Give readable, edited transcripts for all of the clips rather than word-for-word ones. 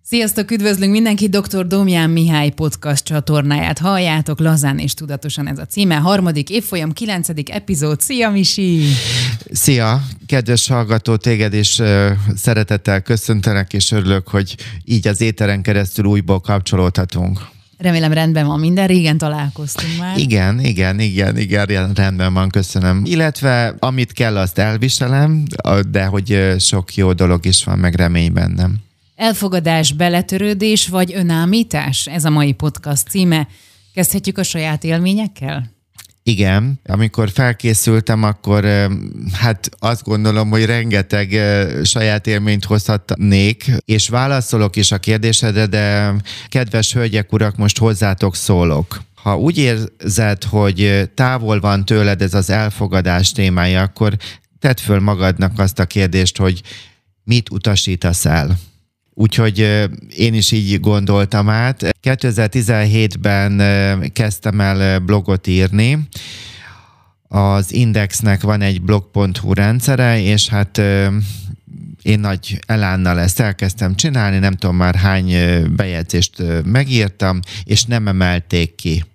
Sziasztok, üdvözlünk mindenkit, Dr. Domján Mihály podcast csatornáját halljátok, lazán és tudatosan ez a címe. 3. évfolyam, 9. epizód. Szia, Misi! Szia! Kedves hallgató, téged is szeretettel köszöntelek, és örülök, hogy így az éteren keresztül újból kapcsolódhatunk. Remélem rendben van minden, régen találkoztunk már. Igen, rendben van, köszönöm. Illetve amit kell, azt elviselem, de hogy sok jó dolog is van, meg remény bennem. Elfogadás, beletörődés vagy önállítás? Ez a mai podcast címe. Kezdhetjük a saját élményekkel? Igen, amikor felkészültem, akkor hát azt gondolom, hogy rengeteg saját élményt hozhatnék, és válaszolok is a kérdésedre, de kedves hölgyek, urak, most hozzátok szólok. Ha úgy érzed, hogy távol van tőled ez az elfogadás témája, akkor tedd föl magadnak azt a kérdést, hogy mit utasítasz el. Úgyhogy én is így gondoltam át. 2017-ben kezdtem el blogot írni. Az Indexnek van egy blog.hu rendszere, és hát én nagy elánnal ezt elkezdtem csinálni, nem tudom már hány bejegyzést megírtam, és nem emelték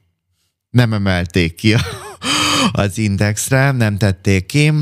ki az Indexre, nem tették ki,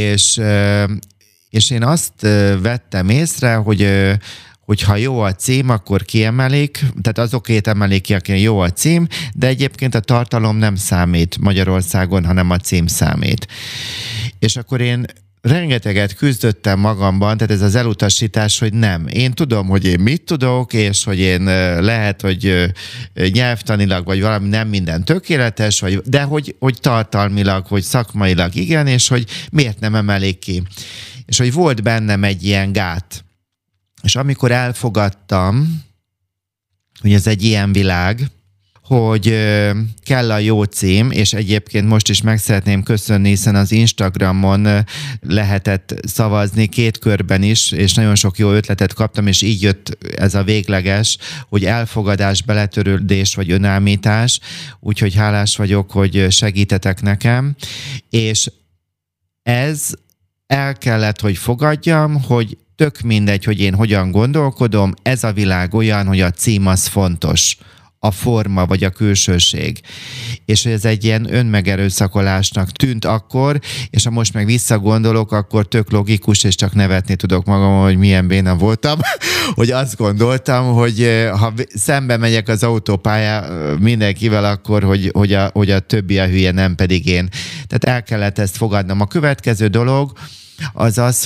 és én azt vettem észre, hogy ha jó a cím, akkor kiemelik, tehát azokét emelik ki, akinek jó a cím, de egyébként a tartalom nem számít Magyarországon, hanem a cím számít. És akkor én rengeteget küzdöttem magamban, tehát ez az elutasítás, hogy nem. Én tudom, hogy én mit tudok, és hogy én lehet, hogy nyelvtanilag, vagy valami nem minden tökéletes, de hogy tartalmilag, hogy szakmailag igen, és hogy miért nem emelik ki. És hogy volt bennem egy ilyen gát. És amikor elfogadtam, hogy ez egy ilyen világ, hogy kell a jó cím, és egyébként most is meg szeretném köszönni, hiszen az Instagramon lehetett szavazni 2 körben is, és nagyon sok jó ötletet kaptam, és így jött ez a végleges, hogy elfogadás, beletörődés vagy önállítás, úgyhogy hálás vagyok, hogy segítetek nekem, és ez el kellett, hogy fogadjam, hogy tök mindegy, hogy én hogyan gondolkodom, ez a világ olyan, hogy a cím az fontos, a forma vagy a külsőség. És ez egy ilyen önmegerőszakolásnak tűnt akkor, és ha most meg visszagondolok, akkor tök logikus, és csak nevetni tudok magam, hogy milyen béna voltam, hogy azt gondoltam, hogy ha szembe megyek az autópálya mindenkivel, akkor hogy a többi a hülye, nem pedig én. Tehát el kellett ezt fogadnom. A következő dolog az az,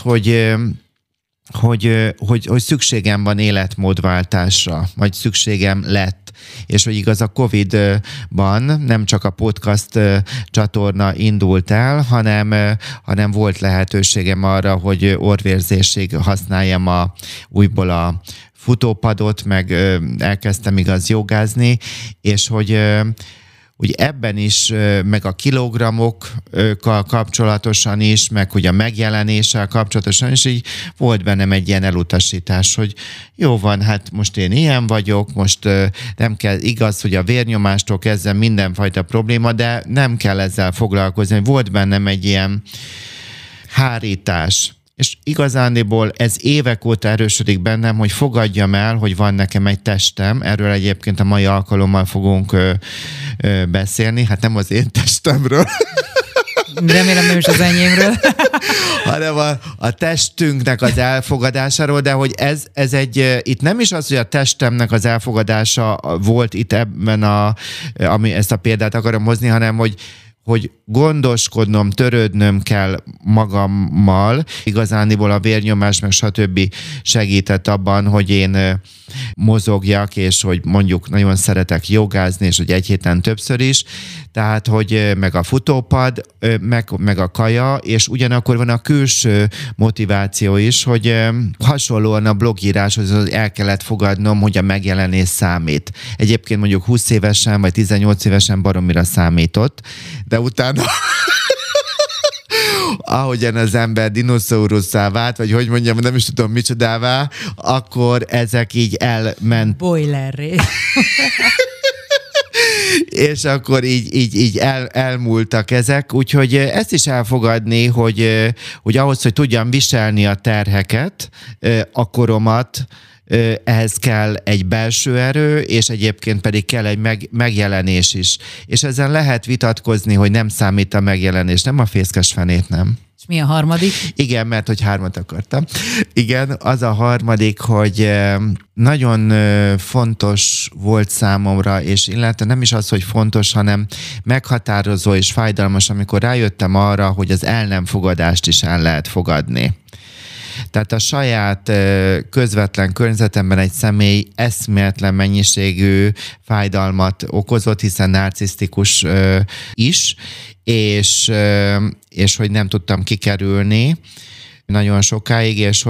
hogy szükségem van életmódváltásra, vagy szükségem lett. És hogy igaz, a Covid-ban nem csak a podcast csatorna indult el, hanem volt lehetőségem arra, hogy orrvérzésig használjam újból a futópadot, meg elkezdtem igaz jogázni, és hogy ebben is, meg a kilogrammokkal kapcsolatosan is, meg hogy a megjelenéssel kapcsolatosan is így volt bennem egy ilyen elutasítás, hogy jó van, hát most én ilyen vagyok, most nem kell, igaz, hogy a vérnyomástól kezdve mindenfajta probléma, de nem kell ezzel foglalkozni. Volt bennem egy ilyen hárítás. És igazándiból ez évek óta erősödik bennem, hogy fogadjam el, hogy van nekem egy testem. Erről egyébként a mai alkalommal fogunk beszélni. Hát nem az én testemről. Remélem nem is az enyémről. hanem a testünknek az elfogadásáról, de hogy ez egy, itt nem is az, hogy a testemnek az elfogadása volt itt ebben ami ezt a példát akarom hozni, hanem hogy gondoskodnom, törődnöm kell magammal. Igazániból a vérnyomás, meg stb. Segített abban, hogy én mozogjak, és hogy mondjuk nagyon szeretek jogázni, és hogy egy héten többször is. Tehát, hogy meg a futópad, meg a kaja, és ugyanakkor van a külső motiváció is, hogy hasonlóan a blogíráshoz el kellett fogadnom, hogy a megjelenés számít. Egyébként mondjuk 20 évesen, vagy 18 évesen baromira számított, de utána ahogyan az ember dinoszaurusszá vált, vagy hogy mondjam, nem is tudom micsodává, akkor ezek így elment. Boilerré. És akkor így elmúltak ezek, úgyhogy ezt is elfogadni, hogy ahhoz, hogy tudjam viselni a terheket, a koromat, ehhez kell egy belső erő, és egyébként pedig kell egy megjelenés is. És ezen lehet vitatkozni, hogy nem számít a megjelenés, nem a fészkes fenét, nem. És mi a harmadik? Igen, mert hogy 3 akartam. Igen, az a harmadik, hogy nagyon fontos volt számomra, és illetve nem is az, hogy fontos, hanem meghatározó és fájdalmas, amikor rájöttem arra, hogy az el nem fogadást is el lehet fogadni. Tehát a saját közvetlen környezetemben egy személy eszméletlen mennyiségű fájdalmat okozott, hiszen narcisztikus is, és hogy nem tudtam kikerülni nagyon sokáig, és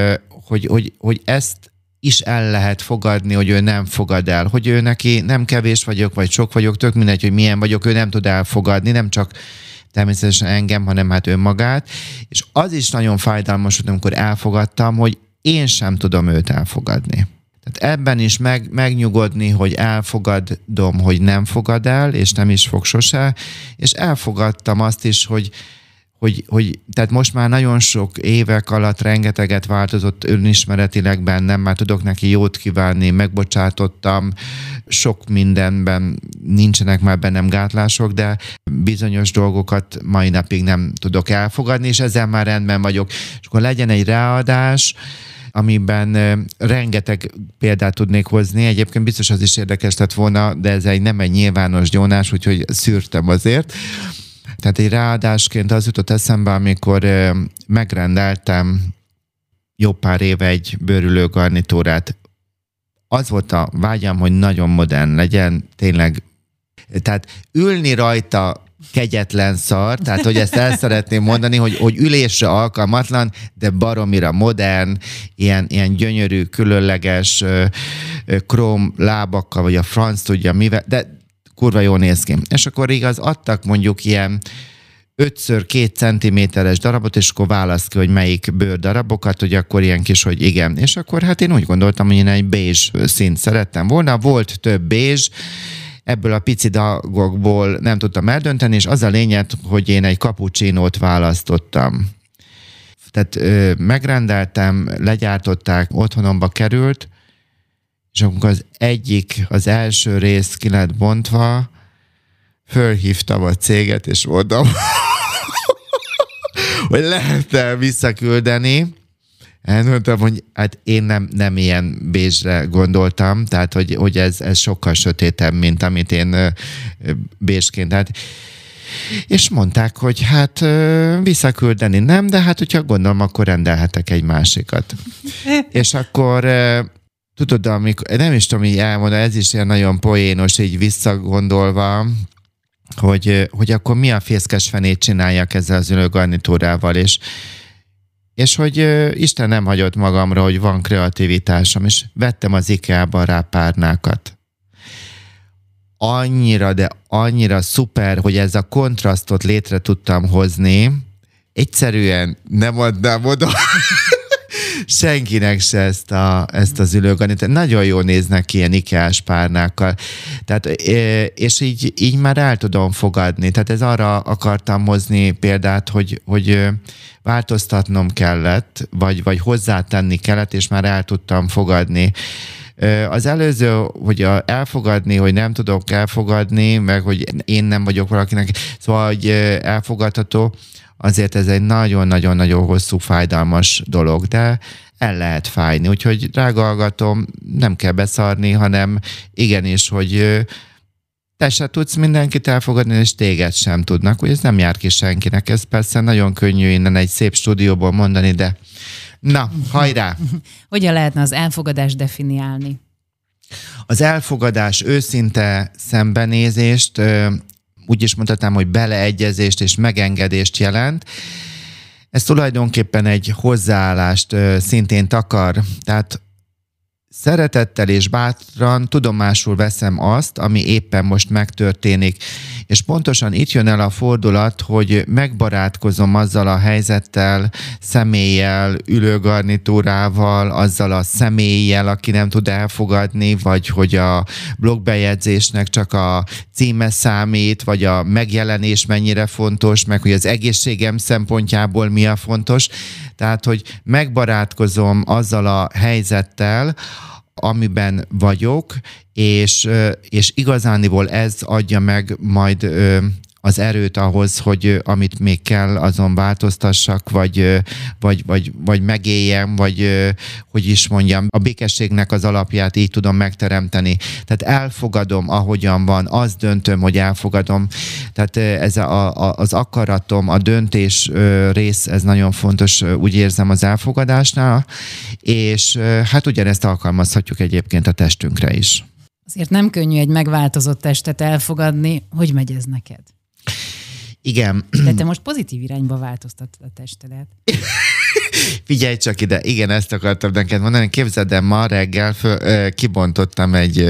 hogy ezt is el lehet fogadni, hogy ő nem fogad el, hogy ő neki nem kevés vagyok, vagy sok vagyok, tök mindegy, hogy milyen vagyok, ő nem tud elfogadni, nem csak természetesen engem, hanem hát önmagát, és az is nagyon fájdalmas, amikor elfogadtam, hogy én sem tudom őt elfogadni. Tehát ebben is megnyugodni, hogy elfogadom, hogy nem fogad el, és nem is fog sose, és elfogadtam azt is, hogy tehát most már nagyon sok évek alatt rengeteget változott önismeretileg bennem, már tudok neki jót kívánni, megbocsátottam, sok mindenben nincsenek már bennem gátlások, de bizonyos dolgokat mai napig nem tudok elfogadni, és ezzel már rendben vagyok. És akkor legyen egy ráadás, amiben rengeteg példát tudnék hozni. Egyébként biztos az is érdekes lett volna, de ez nem egy nyilvános gyónás, úgyhogy szűrtem azért. Tehát egy ráadásként az jutott eszembe, amikor megrendeltem jó pár éve egy bőrülő garnitúrát. Az volt a vágyam, hogy nagyon modern legyen, tényleg. Tehát ülni rajta kegyetlen szar, tehát hogy ezt el szeretném mondani, hogy ülésre alkalmatlan, de baromira modern, ilyen gyönyörű, különleges króm lábakkal, vagy a franc tudja mivel, de kurva jól néz ki. És akkor igaz, adtak mondjuk ilyen 5x2 centiméteres darabot, és akkor választ ki, hogy melyik bőrdarabokat, hogy akkor ilyen kis, hogy igen. És akkor hát én úgy gondoltam, hogy én egy bézs színt szerettem volna. Volt több bézs, ebből a pici dolgokból nem tudtam eldönteni, és az a lényeg, hogy én egy cappuccinót választottam. Tehát megrendeltem, legyártották, otthonomba került, és akkor az első rész ki lett bontva, fölhívtam a céget, és mondtam, hogy lehetne visszaküldeni. Elmondtam, hogy hát én nem ilyen bézsre gondoltam, tehát hogy ez sokkal sötétebb, mint amit én bézsként. Tehát, és mondták, hogy hát visszaküldeni nem, de hát hogyha gondolom, akkor rendelhetek egy másikat. És akkor tudod, amikor, nem is tudom így elmondani, ez is ilyen nagyon poénos, így visszagondolva, hogy akkor mi a fészkes fenét csináljak ezzel az ülőgarnitúrával, és hogy Isten nem hagyott magamra, hogy van kreativitásom, és vettem az IKEA-ban rá párnákat. Annyira, de annyira szuper, hogy ez a kontrasztot létre tudtam hozni, egyszerűen nem adnám oda senkinek se ezt az ülőgarnitúrát. Nagyon jól néznek ki ilyen IKEA-s párnákkal. Tehát, és így már el tudom fogadni. Tehát ez arra akartam hozni példát, hogy változtatnom kellett, vagy hozzátenni kellett, és már el tudtam fogadni. Az előző, hogy elfogadni, hogy nem tudok elfogadni, meg hogy én nem vagyok valakinek, szóval, hogy elfogadható, azért ez egy nagyon-nagyon-nagyon hosszú, fájdalmas dolog, de el lehet fájni. Úgyhogy drága hallgatom, nem kell beszarni, hanem igenis, hogy te se tudsz mindenkit elfogadni, és téged sem tudnak, hogy ez nem jár ki senkinek. Ez persze nagyon könnyű innen egy szép stúdióból mondani, de na, hajrá! Hogyan lehetne az elfogadást definiálni? Az elfogadás őszinte szembenézést, úgy is mondhatnám, hogy beleegyezést és megengedést jelent. Ez tulajdonképpen egy hozzáállást szintén takar. Tehát szeretettel és bátran tudomásul veszem azt, ami éppen most megtörténik. És pontosan itt jön el a fordulat, hogy megbarátkozom azzal a helyzettel, személlyel, ülőgarnitúrával, azzal a személlyel, aki nem tud elfogadni, vagy hogy a blogbejegyzésnek csak a címe számít, vagy a megjelenés mennyire fontos, meg hogy az egészségem szempontjából mi a fontos. Tehát, hogy megbarátkozom azzal a helyzettel, amiben vagyok, és igazániból ez adja meg majd az erőt ahhoz, hogy amit még kell, azon változtassak, vagy megéljem, vagy hogy is mondjam, a békességnek az alapját így tudom megteremteni. Tehát elfogadom, ahogyan van, azt döntöm, hogy elfogadom. Tehát ez az akaratom, a döntés rész, ez nagyon fontos, úgy érzem az elfogadásnál, és hát ugyanezt alkalmazhatjuk egyébként a testünkre is. Azért nem könnyű egy megváltozott testet elfogadni. Hogy megy ez neked? Igen. De te most pozitív irányba változtattad a testedet. Figyelj csak ide, igen, ezt akartam neked mondani. Képzeld el, ma reggel kibontottam egy...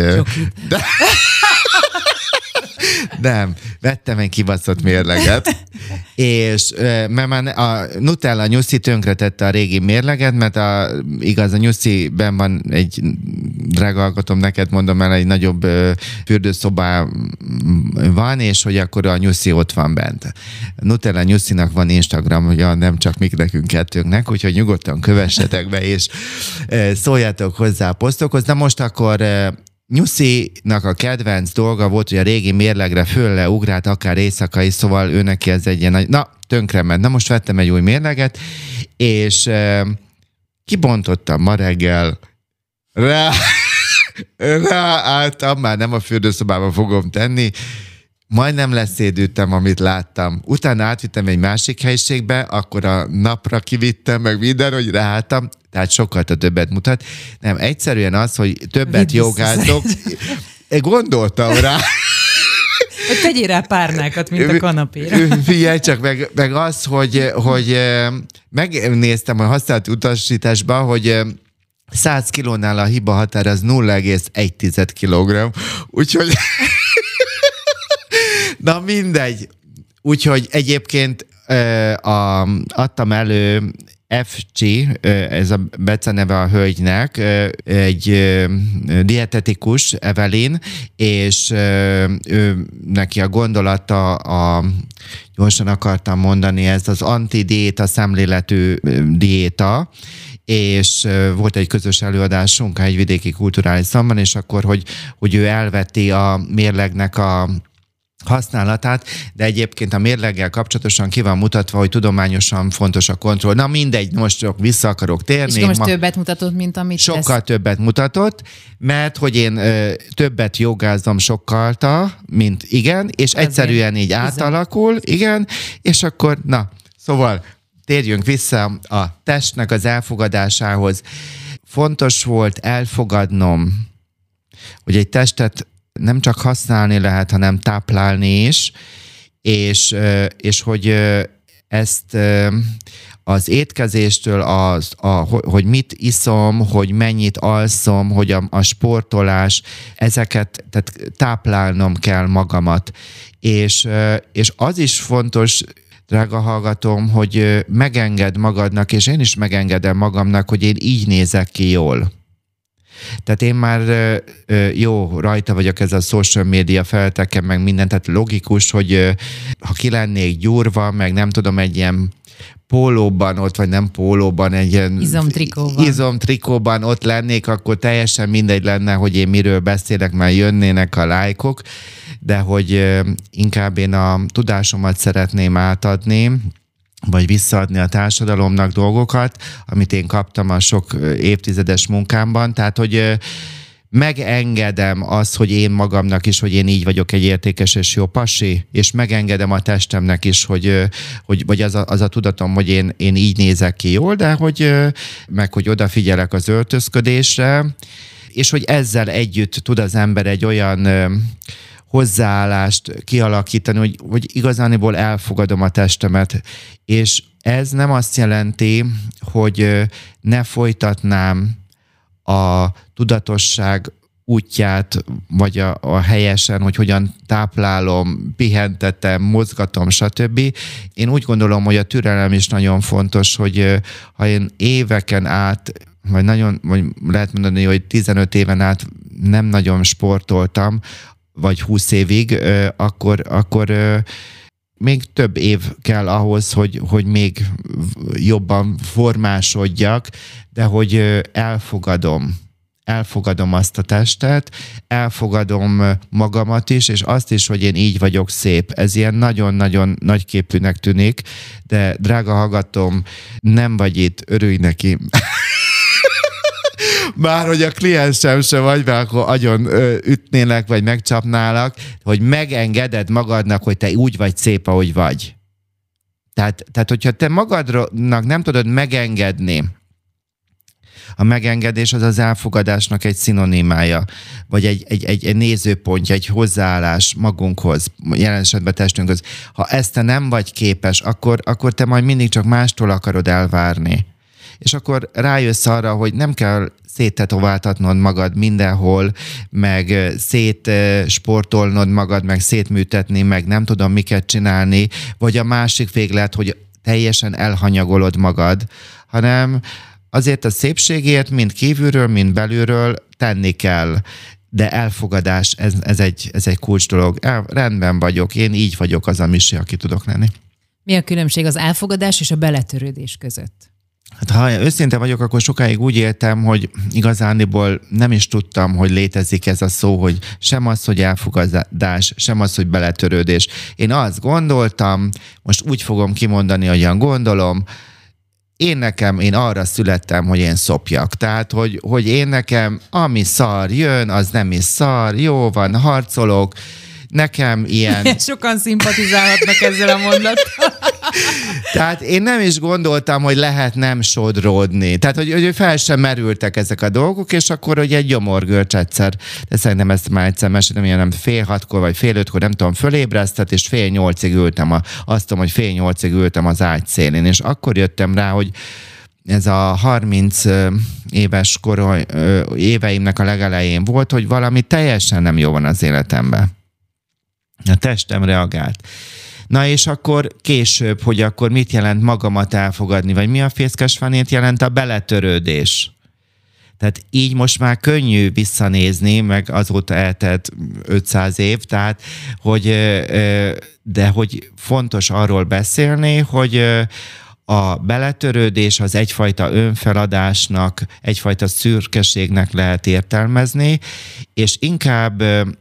Nem, vettem egy kibaszott mérleget, és mert már a Nutella nyuszi tönkretette a régi mérleget, mert igaz, a nyusziben van egy, drága alkotom, neked mondom el, egy nagyobb fürdőszobá van, és hogy akkor a nyuszi ott van bent. Nutella nyuszinak van Instagramja, nem csak mi nekünk kettőnknek, úgyhogy nyugodtan kövessetek be, és szóljátok hozzá a posztokhoz. De most akkor... Nyuszinak a kedvenc dolga volt, hogy a régi mérlegre föl-leugrált, akár éjszaka is, szóval ő neki ez egy ilyen nagy... Na, tönkrement. Na, most vettem egy új mérleget, és kibontottam ma reggel, ráálltam, már nem a fürdőszobában fogom tenni, majdnem leszédültem, amit láttam. Utána átvittem egy másik helyiségbe, akkor a napra kivittem, meg minden, hogy ráálltam, tehát sokkal többet mutat. Nem, egyszerűen az, hogy többet jogázok. Gondoltam rá. Hogy tegyél rá párnákat, mint a kanapéra. Figyelj csak, meg az, hogy megnéztem a használt utasításban, hogy 100 kilónál a hiba határ az 0,1 kilogramm. Úgyhogy... Na mindegy. Úgyhogy egyébként adtam elő FG, ez a beceneve a hölgynek, egy dietetikus, Evelyn, és ő neki a gondolata, gyorsan akartam mondani, ez az antidiéta szemléletű diéta, és volt egy közös előadásunk egy vidéki kulturális szamban, és akkor, hogy ő elveti a mérlegnek a használatát, de egyébként a mérleggel kapcsolatosan ki van mutatva, hogy tudományosan fontos a kontroll. Na mindegy, most csak vissza akarok térni. És most többet mutatott, mint amit sokkal többet mutatott, mert hogy én többet jogázom sokkal, mint igen, és azért egyszerűen így átalakul, igen, és akkor, na, szóval térjünk vissza a testnek az elfogadásához. Fontos volt elfogadnom, hogy egy testet nem csak használni lehet, hanem táplálni is, és hogy ezt az étkezéstől, hogy mit iszom, hogy mennyit alszom, hogy a sportolás, ezeket, tehát táplálnom kell magamat. És az is fontos, drága hallgatom, hogy megengedd magadnak, és én is megengedem magamnak, hogy én így nézek ki jól. Tehát én már jó rajta vagyok ez a social media felteken, meg minden, tehát logikus, hogy ha ki lennék gyúrva, meg nem tudom, egy ilyen pólóban ott, vagy nem pólóban, egy ilyen izomtrikóban ott lennék, akkor teljesen mindegy lenne, hogy én miről beszélek, mert jönnének a lájkok, de hogy inkább én a tudásomat szeretném átadni, vagy visszaadni a társadalomnak dolgokat, amit én kaptam a sok évtizedes munkámban. Tehát, hogy megengedem azt, hogy én magamnak is, hogy én így vagyok egy értékes és jó pasi, és megengedem a testemnek is, hogy az a tudatom, hogy én így nézek ki jól, de hogy odafigyelek az öltözködésre, és hogy ezzel együtt tud az ember egy olyan hozzáállást kialakítani, hogy igazániból elfogadom a testemet, és ez nem azt jelenti, hogy ne folytatnám a tudatosság útját, vagy a helyesen, hogy hogyan táplálom, pihentetem, mozgatom, stb. Én úgy gondolom, hogy a türelem is nagyon fontos, hogy ha én éveken át, vagy lehet mondani, hogy 15 éven át nem nagyon sportoltam, vagy 20 évig, akkor még több év kell ahhoz, hogy még jobban formásodjak, de hogy elfogadom azt a testet, elfogadom magamat is, és azt is, hogy én így vagyok szép. Ez ilyen nagyon-nagyon nagyképűnek tűnik, de drága hallgatom, nem vagy itt, örülj neki. Bár hogy a kliensem se vagy, mert akkor agyon ütnélek, vagy megcsapnálak, hogy megengeded magadnak, hogy te úgy vagy szép, ahogy vagy. Tehát hogyha te magadnak nem tudod megengedni, a megengedés az elfogadásnak egy szinonimája, vagy egy nézőpontja, egy hozzáállás magunkhoz, jelen esetben testünkhöz. Ha ezt te nem vagy képes, akkor te majd mindig csak mástól akarod elvárni. És akkor rájössz arra, hogy nem kell széttetováltatnod magad mindenhol, meg szétsportolnod magad, meg szétműtetni, meg nem tudom miket csinálni, vagy a másik véglet, hogy teljesen elhanyagolod magad, hanem azért a szépségért mind kívülről, mind belülről tenni kell. De elfogadás, ez egy kulcs dolog. Rendben vagyok, én így vagyok az a Misi, aki tudok lenni. Mi a különbség az elfogadás és a beletörődés között? Hát ha őszinte vagyok, akkor sokáig úgy éltem, hogy igazániból nem is tudtam, hogy létezik ez a szó, hogy sem az, hogy elfogadás, sem az, hogy beletörődés. Én azt gondoltam, most úgy fogom kimondani, ahogyan gondolom, én arra születtem, hogy én szopjak. Tehát, hogy én nekem, ami szar jön, az nem is szar, jó van, harcolok, nekem ilyen... Sokan szimpatizálhatnak ezzel a mondattal. Tehát én nem is gondoltam, hogy lehet nem sodródni. Tehát, hogy fel sem merültek ezek a dolgok, és akkor, hogy egy gyomorgörcs egyszer, de szerintem ezt már egyszer meséltem, ilyen nem 7:30 vagy 7:30, nem tudom, fölébresztett, és 7:30 ültem, azt tudom, hogy 7:30 ültem az ágy szélén, és akkor jöttem rá, hogy ez a 30 éves éveimnek a legelején volt, hogy valami teljesen nem jó van az életemben. A testem reagált. Na és akkor később, hogy akkor mit jelent magamat elfogadni, vagy mi a fészkesfenét jelent a beletörődés. Tehát így most már könnyű visszanézni, meg azóta eltelt 500 év, tehát de hogy fontos arról beszélni, hogy a beletörődés az egyfajta önfeladásnak, egyfajta szürkeségnek lehet értelmezni, és inkább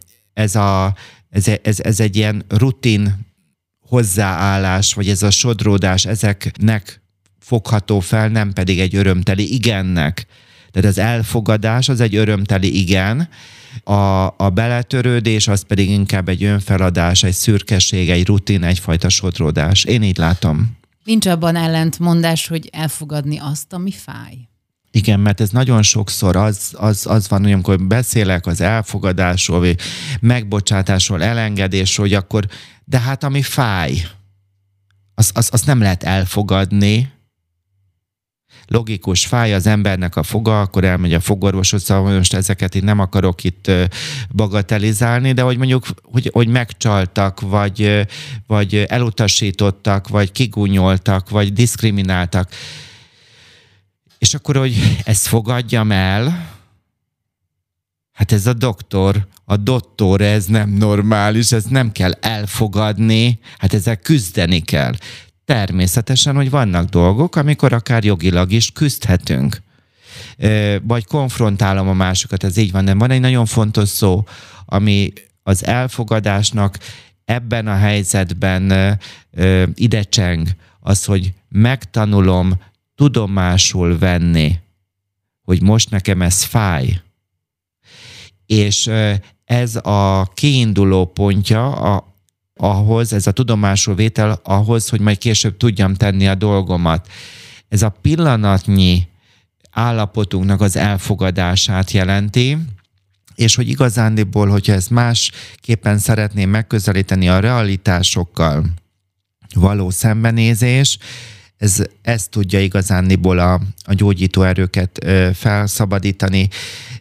ez egy ilyen rutin hozzáállás, vagy ez a sodródás ezeknek fogható fel, nem pedig egy örömteli igennek. Tehát az elfogadás az egy örömteli igen, a beletörődés az pedig inkább egy önfeladás, egy szürkeség, egy rutin, egyfajta sodródás. Én így látom. Nincs abban ellentmondás, hogy elfogadni azt, ami fáj. Igen, mert ez nagyon sokszor az van, hogy amikor beszélek az elfogadásról, vagy megbocsátásról, elengedésről, hogy akkor, de hát ami fáj, azt nem lehet elfogadni. Logikus, fáj az embernek a foga, akkor elmegy a fogorvoshoz, szóval most ezeket én nem akarok itt bagatelizálni, de hogy mondjuk, hogy megcsaltak, vagy elutasítottak, vagy kigúnyoltak, vagy diszkrimináltak. És akkor, hogy ezt fogadjam el, hát ez a doktor, ez nem normális, ez nem kell elfogadni, hát ezzel küzdeni kell. Természetesen, hogy vannak dolgok, amikor akár jogilag is küzdhetünk. Vagy konfrontálom a másokat, ez így van, de van egy nagyon fontos szó, ami az elfogadásnak ebben a helyzetben idecseng, az, hogy megtanulom tudomásul venni, hogy most nekem ez fáj. És ez a kiinduló pontja ahhoz, ez a tudomásul vétel ahhoz, hogy majd később tudjam tenni a dolgomat. Ez a pillanatnyi állapotunknak az elfogadását jelenti, és hogy igazándiból, hogyha ezt másképpen szeretném megközelíteni a realitásokkal való szembenézés, ez tudja igazándiból a gyógyító erőket felszabadítani.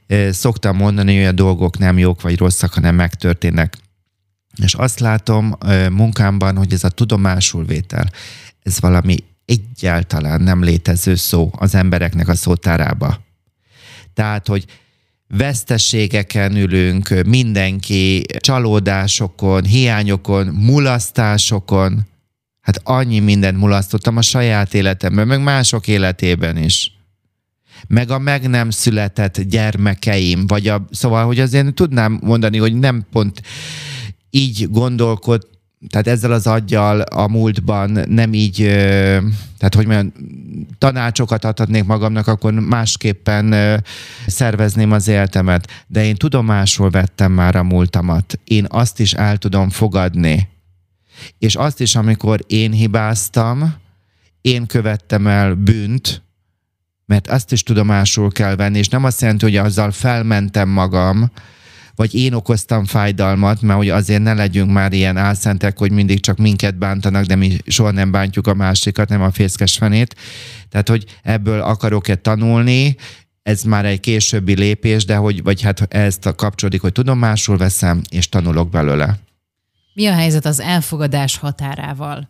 szoktam mondani, hogy a dolgok nem jók vagy rosszak, hanem megtörténnek. És azt látom munkámban, hogy ez a tudomásulvétel, ez valami egyáltalán nem létező szó az embereknek a szótárába. Tehát, hogy veszteségeken ülünk, mindenki csalódásokon, hiányokon, mulasztásokon. Hát annyi mindent mulasztottam a saját életemben, meg mások életében is. Meg a meg nem született gyermekeim, szóval, hogy azért tudnám mondani, hogy nem pont így gondolkod, tehát ezzel az aggyal a múltban nem így, tehát hogy mondjam, tanácsokat adhatnék magamnak, akkor másképpen szervezném az életemet. De én tudomásul vettem már a múltamat. Én azt is el tudom fogadni. És azt is, amikor én hibáztam, én követtem el bűnt, mert azt is tudomásul kell venni, és nem azt jelenti, hogy azzal felmentem magam, vagy én okoztam fájdalmat, mert hogy azért ne legyünk már ilyen álszentek, hogy mindig csak minket bántanak, de mi soha nem bántjuk a másikat, nem a fészkes fenét. Tehát, hogy ebből akarok-e tanulni, ez már egy későbbi lépés, de vagy hát ezt kapcsolódik, hogy tudomásul veszem, és tanulok belőle. Mi a helyzet az elfogadás határával?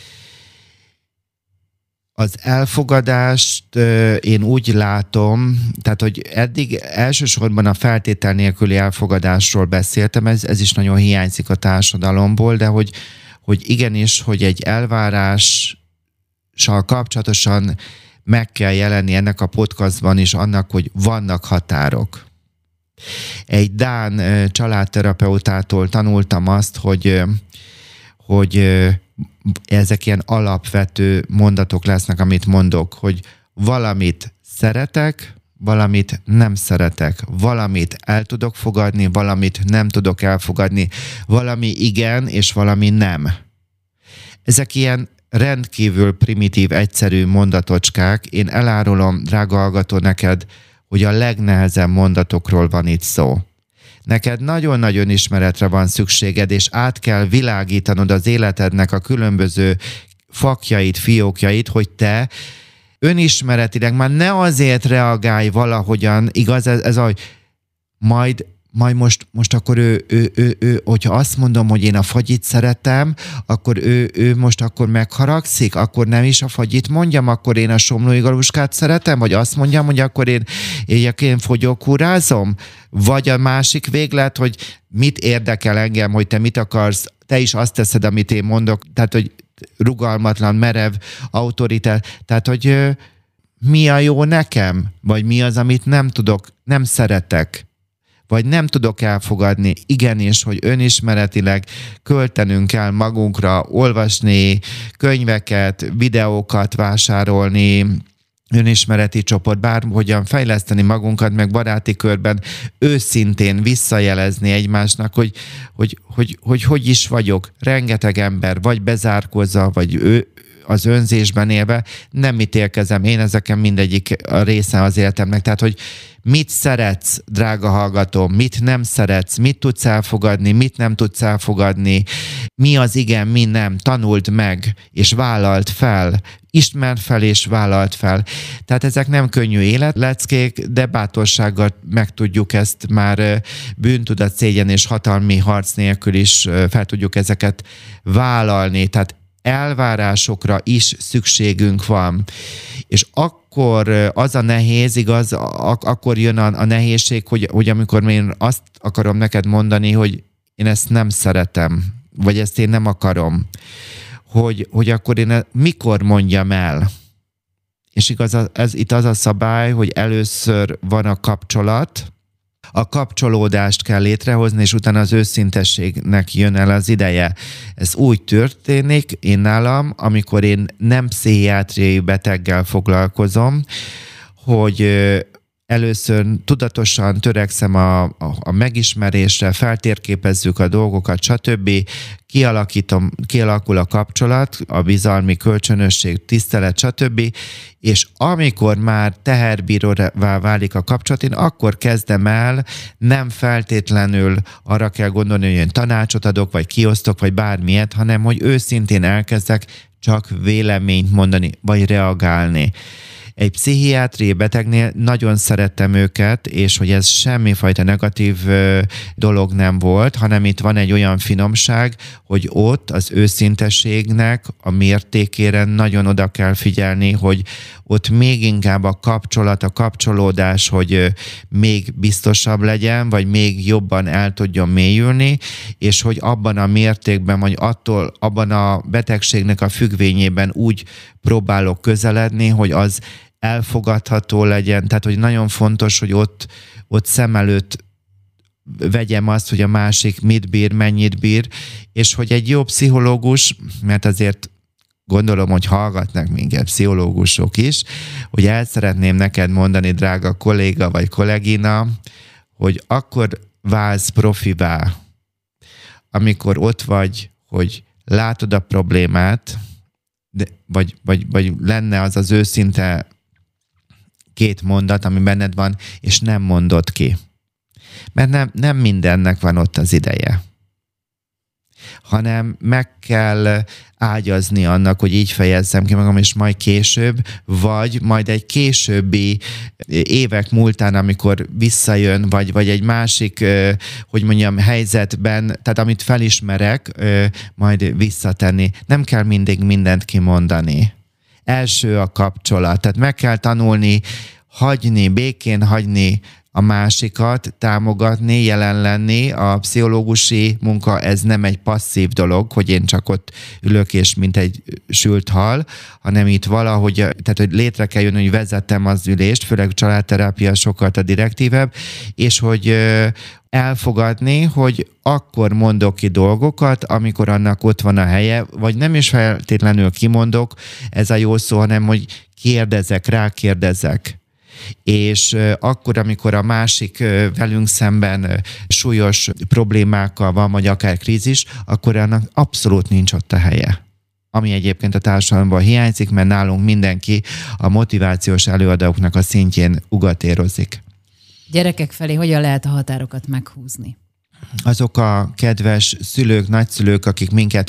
Az elfogadást én úgy látom, tehát, hogy eddig elsősorban a feltétel nélküli elfogadásról beszéltem, ez is nagyon hiányzik a társadalomból, de hogy igenis, hogy egy elvárással kapcsolatosan meg kell jelenni ennek a podcastban is annak, hogy vannak határok. Egy dán családterapeutától tanultam azt, hogy ezek ilyen alapvető mondatok lesznek, amit mondok, hogy valamit szeretek, valamit nem szeretek, valamit el tudok fogadni, valamit nem tudok elfogadni, valami igen, és valami nem. Ezek ilyen rendkívül primitív, egyszerű mondatocskák. Én elárulom, drága hallgató, neked, hogy a legnehezebb mondatokról van itt szó. Neked nagyon-nagyon ismeretre van szükséged, és át kell világítanod az életednek a különböző fakjait, fiókjait, hogy te önismeretileg már ne azért reagálj valahogyan, igaz, ez ahogy majd most akkor ő, hogyha azt mondom, hogy én a fagyit szeretem, akkor ő most akkor megharagszik, akkor nem is a fagyit mondjam, akkor én a somlói galuskát szeretem, vagy azt mondjam, hogy akkor én fogyókúrázom, vagy a másik véglet, hogy mit érdekel engem, hogy te mit akarsz, te is azt teszed, amit én mondok, tehát, hogy rugalmatlan, merev, autoritár, tehát, hogy mi a jó nekem, vagy mi az, amit nem szeretek, vagy nem tudok elfogadni, igenis, hogy önismeretileg költenünk kell magunkra, olvasni könyveket, videókat vásárolni, önismereti csoport, bárhogyan fejleszteni magunkat, meg baráti körben őszintén visszajelezni egymásnak, hogy is vagyok. Rengeteg ember, vagy bezárkózza, vagy az önzésben élve, nem ítélkezem. Én ezeken mindegyik a része az életemnek. Tehát, hogy mit szeretsz, drága hallgatóm, mit nem szeretsz, mit tudsz elfogadni, mit nem tudsz elfogadni, mi az igen, mi nem, tanuld meg, és vállald fel, ismerd fel, és vállald fel. Tehát ezek nem könnyű életleckék, de bátorsággal meg tudjuk ezt már bűntudat, szégyen és hatalmi harc nélkül is fel tudjuk ezeket vállalni. Tehát elvárásokra is szükségünk van. És akkor az a nehéz, igaz, akkor jön a nehézség, hogy amikor én azt akarom neked mondani, hogy én ezt nem szeretem, vagy ezt én nem akarom, hogy akkor én mikor mondjam el. És igaz, itt az a szabály, hogy először van a kapcsolat, a kapcsolódást kell létrehozni, és utána az őszintességnek jön el az ideje. Ez úgy történik én nálam, amikor én nem pszichiátriai beteggel foglalkozom, hogy először tudatosan törekszem a megismerésre, feltérképezzük a dolgokat, stb. Kialakul a kapcsolat, a bizalmi kölcsönösség, tisztelet, stb. És amikor már teherbíróvá válik a kapcsolat, én akkor kezdem el, nem feltétlenül arra kell gondolni, hogy én tanácsot adok, vagy kiosztok, vagy bármilyet, hanem hogy őszintén elkezdek csak véleményt mondani, vagy reagálni. egy pszichiátriai betegnél nagyon szerettem őket, és hogy ez semmifajta negatív dolog nem volt, hanem itt van egy olyan finomság, hogy ott az őszintességnek a mértékére nagyon oda kell figyelni, hogy ott még inkább a kapcsolat, a kapcsolódás, hogy még biztosabb legyen, vagy még jobban el tudjon mélyülni, és hogy abban a mértékben, vagy attól, abban a betegségnek a függvényében úgy próbálok közeledni, hogy az elfogadható legyen. Tehát, hogy nagyon fontos, hogy ott szem előtt vegyem azt, hogy a másik mit bír, mennyit bír, és hogy egy jó pszichológus, mert azért gondolom, hogy hallgatnak minket pszichológusok is, hogy el szeretném neked mondani, drága kolléga vagy kollégina, hogy akkor válsz profivá, amikor ott vagy, hogy látod a problémát, vagy lenne az az őszinte 2 mondat, ami benned van, és nem mondod ki. Mert nem mindennek van ott az ideje. Hanem meg kell ágyazni annak, hogy így fejezzem ki magam, és majd később, vagy majd egy későbbi évek múltán, amikor visszajön, vagy egy másik, hogy mondjam, helyzetben, tehát amit felismerek, majd visszatenni. Nem kell mindig mindent kimondani. Első a kapcsolat, tehát meg kell tanulni, békén hagyni a másikat, támogatni, jelen lenni. A pszichológusi munka, ez nem egy passzív dolog, hogy én csak ott ülök, és mint egy sült hal, hanem itt valahogy, tehát hogy létre kell jönni, hogy vezetem az ülést, főleg családterápia sokkal a direktívebb, és hogy elfogadni, hogy akkor mondok ki dolgokat, amikor annak ott van a helye, vagy nem is feltétlenül kimondok, ez a jó szó, hanem hogy rákérdezek. És akkor, amikor a másik velünk szemben súlyos problémákkal van, vagy akár krízis, akkor annak abszolút nincs ott a helye. Ami egyébként a társadalomban hiányzik, mert nálunk mindenki a motivációs előadóknak a szintjén ugatérozik. Gyerekek felé hogyan lehet a határokat meghúzni? Azok a kedves szülők, nagyszülők, akik minket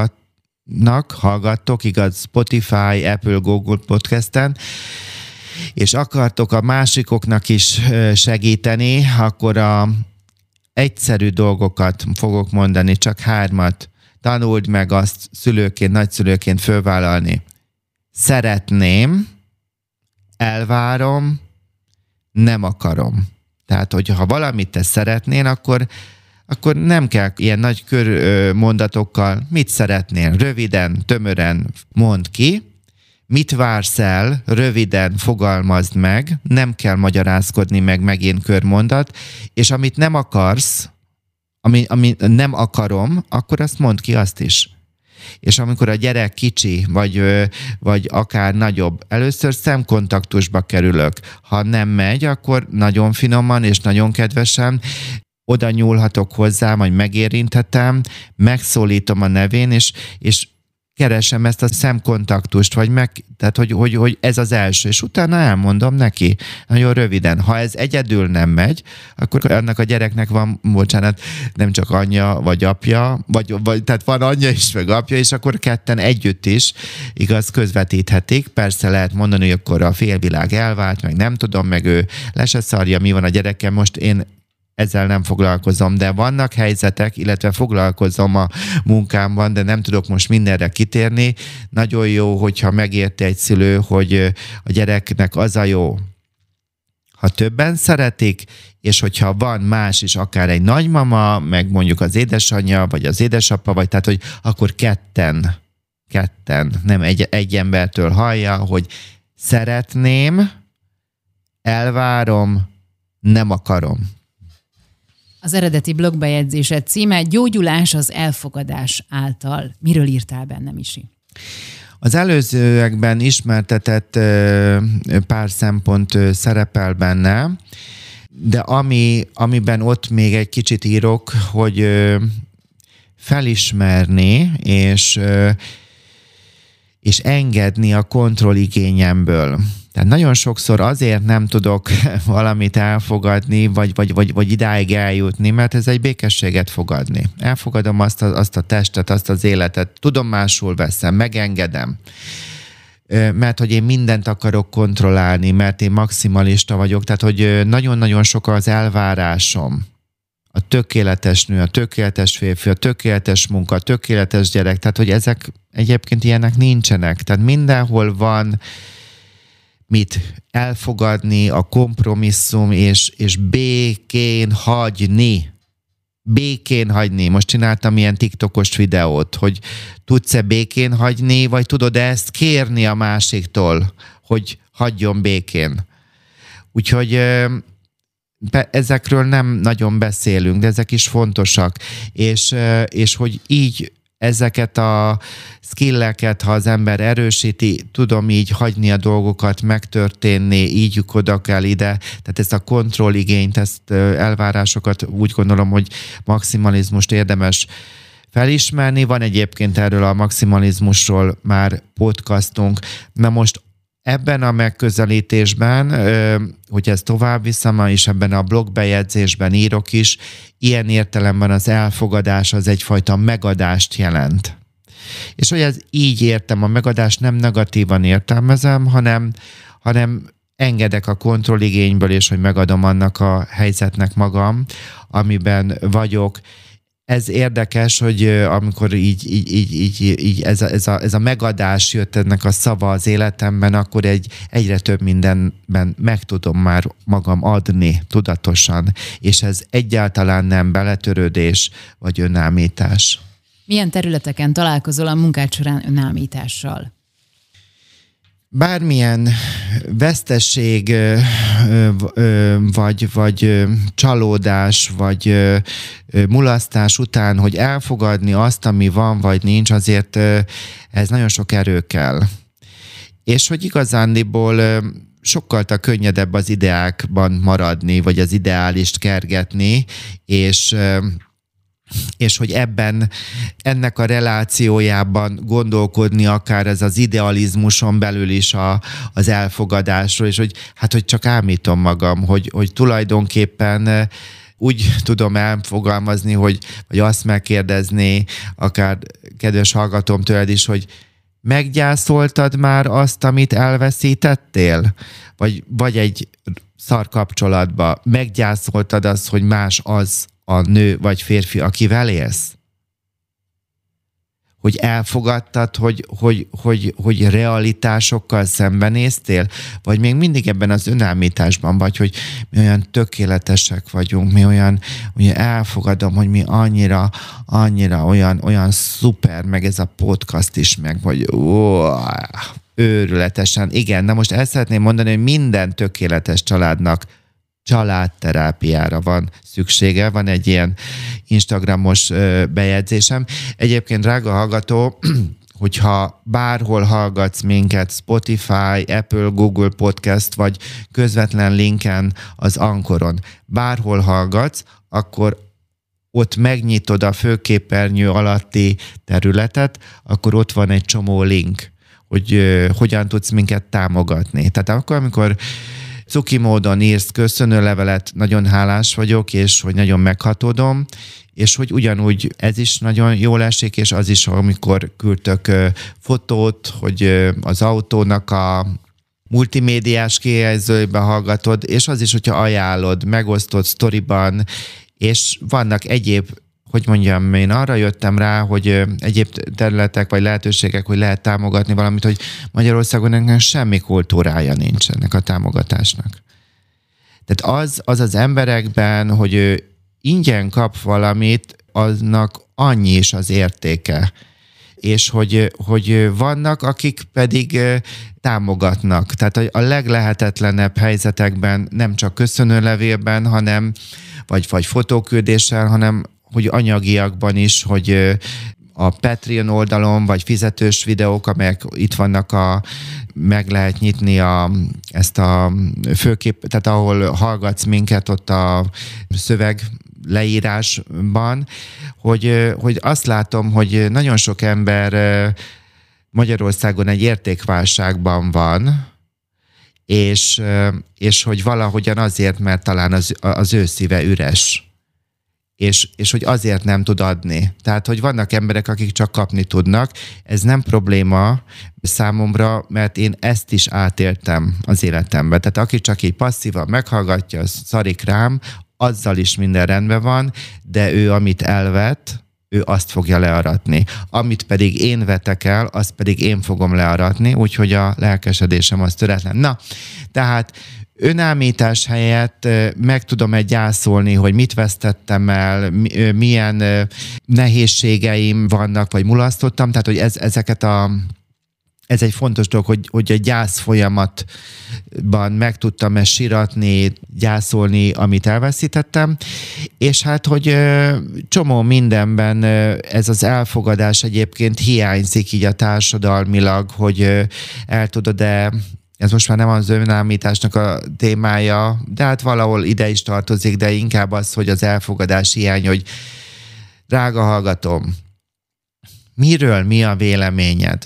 hallgattok, igaz, Spotify, Apple, Google Podcasten, és akartok a másikoknak is segíteni, akkor egyszerű dolgokat fogok mondani, csak 3. Tanuld meg azt szülőként, nagyszülőként fölvállalni. Szeretném, elvárom, nem akarom. Tehát, hogyha valamit te szeretnél, akkor nem kell ilyen nagy körmondatokkal. Mit szeretnél? Röviden, tömören mondd ki. Mit vársz el? Röviden fogalmazd meg. Nem kell magyarázkodni meg megint körmondat. És amit nem akarsz, ami nem akarom, akkor azt mondd ki azt is. És amikor a gyerek kicsi, vagy akár nagyobb, először szemkontaktusba kerülök. Ha nem megy, akkor nagyon finoman és nagyon kedvesen oda nyúlhatok hozzá, vagy megérinthetem, megszólítom a nevén, és keresem ezt a szemkontaktust, tehát hogy ez az első, és utána elmondom neki, nagyon röviden. Ha ez egyedül nem megy, akkor annak a gyereknek van, bocsánat, nem csak anyja vagy apja, vagy tehát van anyja is, meg apja, és akkor ketten együtt is, igaz, közvetíthetik. Persze lehet mondani, hogy akkor a félvilág elvált, meg nem tudom, meg ő le se szarja, mi van a gyerekem, most én ezzel nem foglalkozom, de vannak helyzetek, illetve foglalkozom a munkámban, de nem tudok most mindenre kitérni. Nagyon jó, hogyha megérti egy szülő, hogy a gyereknek az a jó, ha többen szeretik, és hogyha van más is, akár egy nagymama, meg mondjuk az édesanyja, vagy az édesapa, vagy tehát, hogy akkor ketten, nem egy embertől hallja, hogy szeretném, elvárom, nem akarom. Az eredeti blogbejegyzésed címe Gyógyulás az elfogadás által. Miről írtál benne, Misi? Az előzőekben ismertetett pár szempont szerepel benne, de amiben ott még egy kicsit írok, hogy felismerni és engedni a kontrolligényemből. Tehát nagyon sokszor azért nem tudok valamit elfogadni, vagy idáig eljutni, mert ez egy békességet fogadni. Elfogadom azt a testet, azt az életet, tudomásul veszem, megengedem. mert hogy én mindent akarok kontrollálni, mert én maximalista vagyok, tehát hogy nagyon-nagyon sok az elvárásom. A tökéletes nő, a tökéletes férfi, a tökéletes munka, a tökéletes gyerek, tehát hogy ezek egyébként ilyenek nincsenek. Tehát mindenhol van mit elfogadni, a kompromisszum, és békén hagyni. Békén hagyni. Most csináltam ilyen TikTokos videót, hogy tudsz-e békén hagyni, vagy tudod ezt kérni a másiktól, hogy hagyjon békén. Úgyhogy ezekről nem nagyon beszélünk, de ezek is fontosak. És hogy így ezeket a skilleket, ha az ember erősíti, tudom így hagyni a dolgokat megtörténni, így oda kell ide. Tehát ezt a kontrolligényt, ezt elvárásokat úgy gondolom, hogy maximalizmust érdemes felismerni. Van egyébként erről a maximalizmusról már podcastunk. Na most ebben a megközelítésben, hogy ezt tovább viszem, és ebben a blogbejegyzésben írok is, ilyen értelemben az elfogadás az egyfajta megadást jelent. És hogy ez így értem, a megadást nem negatívan értelmezem, hanem engedek a kontrolligényből, és hogy megadom annak a helyzetnek magam, amiben vagyok. Ez érdekes, hogy amikor így ez a megadás jött ennek a szava az életemben, akkor egyre több mindenben meg tudom már magam adni tudatosan, és ez egyáltalán nem beletörődés vagy önállítás. Milyen területeken találkozol a munkád során önállítással? Bármilyen vesztesség, vagy csalódás, vagy mulasztás után, hogy elfogadni azt, ami van, vagy nincs, azért ez nagyon sok erő kell. És hogy igazándiból sokkal könnyedebb az ideákban maradni, vagy az ideálist kergetni, és hogy ennek a relációjában gondolkodni akár ez az idealizmuson belül is az elfogadásról, és hogy csak ámítom magam, hogy tulajdonképpen úgy tudom elfogalmazni, vagy azt megkérdezni, akár kedves hallgatom tőled is, hogy meggyászoltad már azt, amit elveszítettél? Vagy egy szar kapcsolatba meggyászoltad azt, hogy más az a nő vagy férfi, akivel élsz? Hogy elfogadtad, hogy realitásokkal szembenéztél? Vagy még mindig ebben az önállításban vagy, hogy mi olyan tökéletesek vagyunk, mi olyan elfogadom, hogy mi annyira olyan szuper, meg ez a podcast is, meg vagy őrületesen. Igen, na most ezt szeretném mondani, hogy minden tökéletes családnak családterápiára van szüksége. Van egy ilyen Instagramos bejegyzésem. Egyébként, drága hallgató, hogyha bárhol hallgatsz minket, Spotify, Apple, Google Podcast, vagy közvetlen linken az Anchoron, bárhol hallgatsz, akkor ott megnyitod a főképernyő alatti területet, akkor ott van egy csomó link, hogy hogyan tudsz minket támogatni. Tehát akkor, amikor cuki módon írsz köszönőlevelet, nagyon hálás vagyok, és hogy nagyon meghatódom, és hogy ugyanúgy ez is nagyon jól esik, és az is, amikor küldtök fotót, hogy az autónak a multimédiás kijelzőjébe hallgatod, és az is, hogyha ajánlod, megosztod sztoriban, és vannak egyéb, hogy mondjam, én arra jöttem rá, hogy egyéb területek vagy lehetőségek, hogy lehet támogatni valamit, hogy Magyarországon ennek semmi kultúrája nincs ennek a támogatásnak. Tehát az emberekben, hogy ő ingyen kap valamit, aznak annyi is az értéke. És hogy vannak, akik pedig támogatnak. Tehát a leglehetetlenebb helyzetekben nem csak köszönőlevélben, hanem vagy fotóküldéssel, hanem hogy anyagiakban is, hogy a Patreon oldalon, vagy fizetős videók, amelyek itt vannak, meg lehet nyitni ezt a főkép, tehát ahol hallgatsz minket ott a szöveg leírásban, hogy azt látom, hogy nagyon sok ember Magyarországon egy értékválságban van, és hogy valahogyan azért, mert talán az ő szíve üres. és hogy azért nem tud adni. Tehát, hogy vannak emberek, akik csak kapni tudnak. Ez nem probléma számomra, mert én ezt is átéltem az életemben. Tehát aki csak így passzívan meghallgatja, szarik rám, azzal is minden rendben van, de ő, amit elvet, ő azt fogja learatni. Amit pedig én vetek el, azt pedig én fogom learatni, úgyhogy a lelkesedésem az töretlen. Na, tehát önállítás helyett meg tudom gyászolni, hogy mit vesztettem el, milyen nehézségeim vannak, vagy mulasztottam, tehát hogy ez egy fontos dolog, hogy a gyász folyamatban meg tudtam ezt síratni, gyászolni, amit elveszítettem, és hát, hogy csomó mindenben ez az elfogadás egyébként hiányzik így a társadalmilag, hogy el tudod-e, ez most már nem az önállításnak a témája, de hát valahol ide is tartozik, de inkább az, hogy az elfogadás hiány, hogy drága hallgatom, miről mi a véleményed?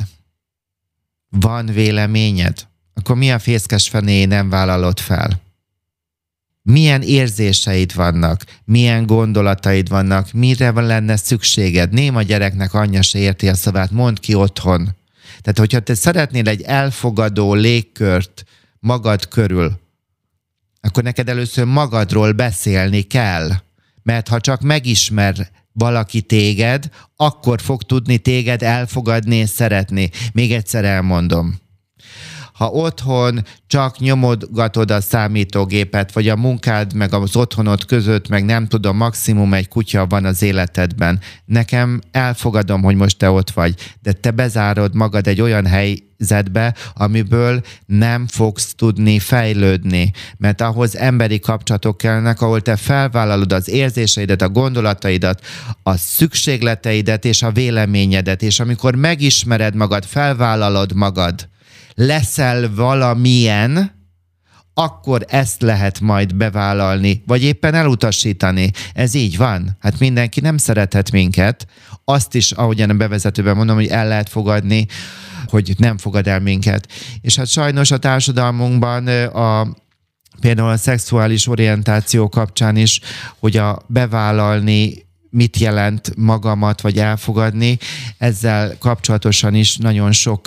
Van véleményed? Akkor mi a fészkes fené nem vállalod fel? Milyen érzéseid vannak? Milyen gondolataid vannak? Mire lenne szükséged? Néma gyereknek anyja se érti a szavát, mondd ki otthon. Tehát, hogyha te szeretnél egy elfogadó légkört magad körül, akkor neked először magadról beszélni kell. Mert ha csak megismer valaki téged, akkor fog tudni téged elfogadni és szeretni. Még egyszer elmondom. Ha otthon csak nyomodgatod a számítógépet, vagy a munkád meg az otthonod között, meg nem tudom, maximum egy kutya van az életedben. Nekem elfogadom, hogy most te ott vagy, de te bezárod magad egy olyan helyzetbe, amiből nem fogsz tudni fejlődni. Mert ahhoz emberi kapcsolatok kellene, ahol te felvállalod az érzéseidet, a gondolataidat, a szükségleteidet és a véleményedet, és amikor megismered magad, felvállalod magad, leszel valamilyen, akkor ezt lehet majd bevállalni, vagy éppen elutasítani. Ez így van. Hát mindenki nem szerethet minket. Azt is, ahogyan a bevezetőben mondom, hogy el lehet fogadni, hogy nem fogad el minket. És hát sajnos a társadalmunkban például a szexuális orientáció kapcsán is, hogy a bevállalni mit jelent magamat, vagy elfogadni, ezzel kapcsolatosan is nagyon sok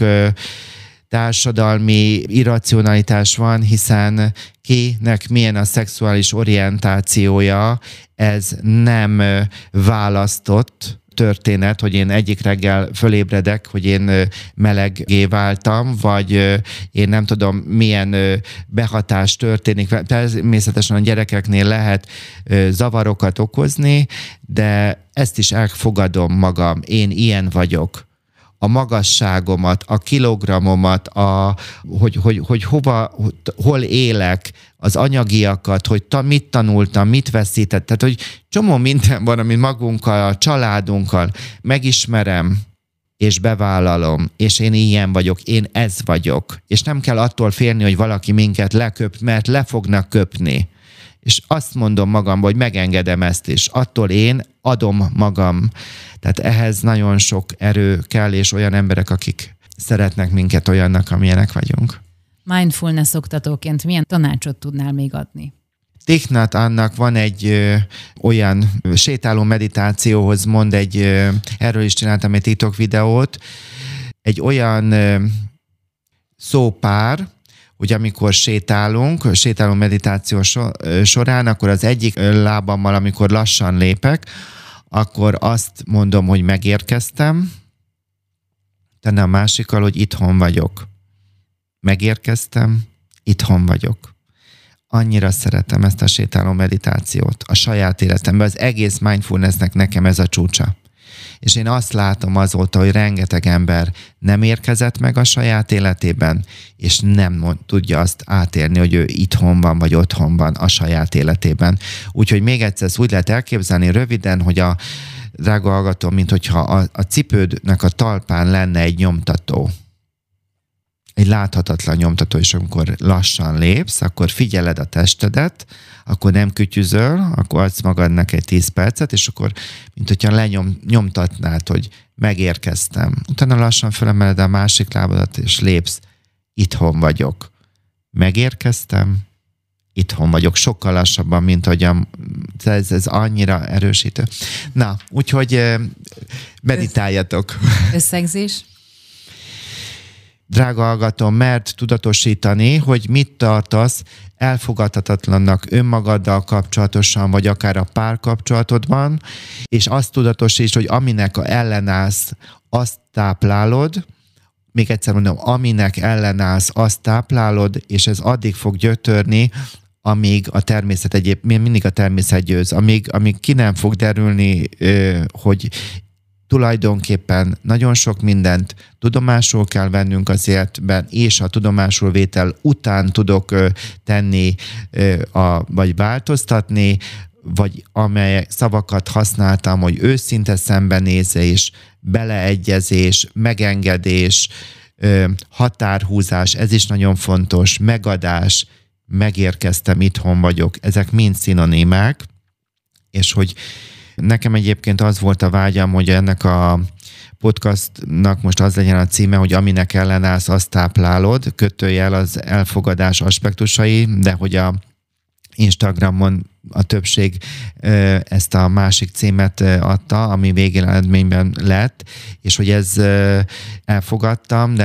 társadalmi irracionalitás van, hiszen kinek milyen a szexuális orientációja, ez nem választott történet, hogy én egyik reggel fölébredek, hogy én meleggé váltam, vagy én nem tudom, milyen behatás történik. Természetesen a gyerekeknél lehet zavarokat okozni, de ezt is elfogadom magam. Én ilyen vagyok. A magasságomat, a kilogrammomat, hogy hol élek, az anyagiakat, hogy mit tanultam, mit veszített. Tehát, hogy csomó minden van, amit magunkkal, a családunkkal megismerem, és bevállalom, és én ilyen vagyok, én ez vagyok. És nem kell attól félni, hogy valaki minket leköp, mert le fognak köpni. És azt mondom magamban, hogy megengedem ezt is. Attól én adom magam. Tehát ehhez nagyon sok erő kell, és olyan emberek, akik szeretnek minket olyannak, amilyenek vagyunk. Mindfulness oktatóként milyen tanácsot tudnál még adni? Thich Nhat Hanhnak van egy olyan sétáló meditációhoz mond erről is csináltam egy TikTok videót, egy olyan szópár, hogy amikor sétáló meditáció során, akkor az egyik lábammal, amikor lassan lépek, akkor azt mondom, hogy megérkeztem, de a másikkal, hogy itthon vagyok. Megérkeztem, itthon vagyok. Annyira szeretem ezt a sétáló meditációt a saját életemben. Az egész mindfulnessnek nekem ez a csúcsa. És én azt látom azóta, hogy rengeteg ember nem érkezett meg a saját életében, és nem tudja azt átélni, hogy ő itthon van, vagy otthon van a saját életében. Úgyhogy még egyszer ezt úgy lehet elképzelni röviden, hogy a drága hallgatóm, mint hogyha a cipődnek a talpán lenne egy nyomtató. Egy láthatatlan nyomtató, és amikor lassan lépsz, akkor figyeled a testedet, akkor nem kütyüzöl, akkor adsz magadnak egy 10 percet, és akkor, mint hogyha lenyomtatnád, hogy megérkeztem. Utána lassan fölemeled a másik lábadat, és lépsz. Itthon vagyok. Megérkeztem, itthon vagyok, sokkal lassabban, mint hogy ez annyira erősítő. Na, úgyhogy meditáljatok. Összegzés? Drága hallgatom, mert tudatosítani, hogy mit tartasz elfogadhatatlannak önmagaddal kapcsolatosan, vagy akár a párkapcsolatodban, és azt tudatosíts, hogy aminek ellenállsz, azt táplálod, még egyszer mondom, aminek ellenállsz, azt táplálod, és ez addig fog gyötörni, amíg a természet mindig a természet győz, amíg ki nem fog derülni, hogy tulajdonképpen nagyon sok mindent tudomásul kell vennünk az életben, és a tudomásul vétel után tudok tenni, vagy változtatni, vagy amely szavakat használtam, hogy őszinte szembenézés, beleegyezés, megengedés, határhúzás, ez is nagyon fontos, megadás, megérkeztem, itthon vagyok, ezek mind szinonimák, és hogy nekem egyébként az volt a vágyam, hogy ennek a podcastnak most az legyen a címe, hogy aminek ellenállsz, azt táplálod, kötőjel az elfogadás aspektusai, de hogy a Instagramon a többség ezt a másik címet adta, ami végeredményben lett, és hogy ez elfogadtam,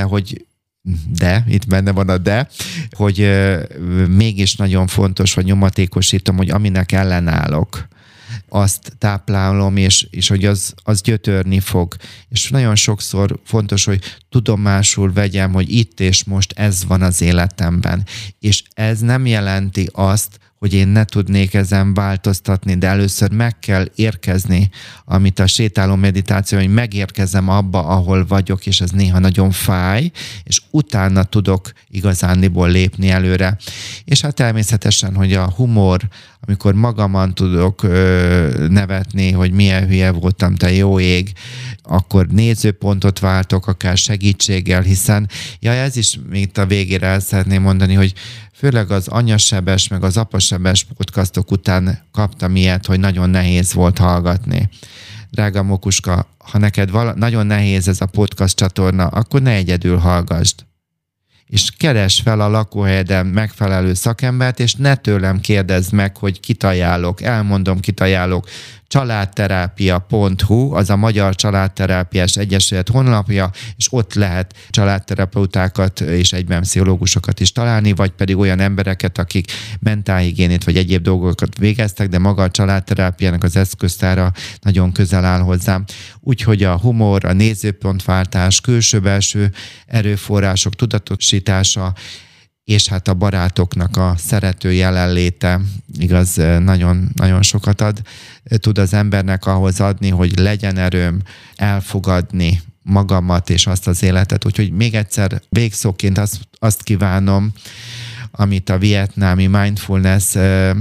de, itt benne van a de, hogy mégis nagyon fontos, hogy nyomatékosítom, hogy aminek ellenállok, azt táplálom, és hogy az gyötörni fog. És nagyon sokszor fontos, hogy tudomásul vegyem, hogy itt és most ez van az életemben. És ez nem jelenti azt, hogy én ne tudnék ezen változtatni, de először meg kell érkezni, amit a sétáló meditáció, hogy megérkezem abba, ahol vagyok, és ez néha nagyon fáj, és utána tudok igazándiból lépni előre. És hát természetesen, hogy a humor, amikor magamon tudok nevetni, hogy milyen hülye voltam, te jó ég, akkor nézőpontot váltok, akár segítséggel, hiszen ez is még itt a végére el szeretném mondani, hogy főleg az anyasebes, meg az apasebes podcastok után kaptam ilyet, hogy nagyon nehéz volt hallgatni. Drága Mokuska, ha neked nagyon nehéz ez a podcast csatorna, akkor ne egyedül hallgasd. És keresd fel a lakóhelyeden megfelelő szakembert, és ne tőlem kérdezd meg, hogy kit ajánlok. Elmondom, kit ajánlok. Családterápia.hu, az a Magyar Családterápiás Egyesület honlapja, és ott lehet családterapeutákat és egyben pszichológusokat is találni, vagy pedig olyan embereket, akik mentálhigiénét vagy egyéb dolgokat végeztek, de maga a családterápiának az eszköztára nagyon közel áll hozzám. Úgyhogy a humor, a nézőpontváltás, külső-belső erőforrások tudatosítása, és hát a barátoknak a szerető jelenléte, igaz, nagyon, nagyon sokat tud az embernek ahhoz adni, hogy legyen erőm elfogadni magamat és azt az életet. Úgyhogy még egyszer végszóként azt kívánom, amit a vietnámi mindfulness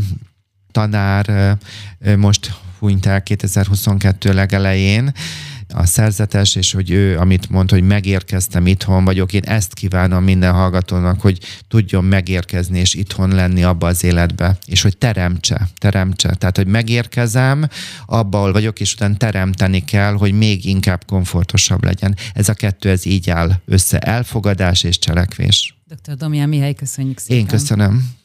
tanár most hunyt el 2022 legelején, a szerzetes, és hogy ő, amit mond, hogy megérkeztem, itthon vagyok, én ezt kívánom minden hallgatónak, hogy tudjon megérkezni és itthon lenni abba az életbe, és hogy teremtse. Tehát, hogy megérkezem abba, ahol vagyok, és utána teremteni kell, hogy még inkább komfortosabb legyen. Ez a kettő, ez így áll össze, elfogadás és cselekvés. Dr. Domján Mihály, köszönjük szépen. Én köszönöm.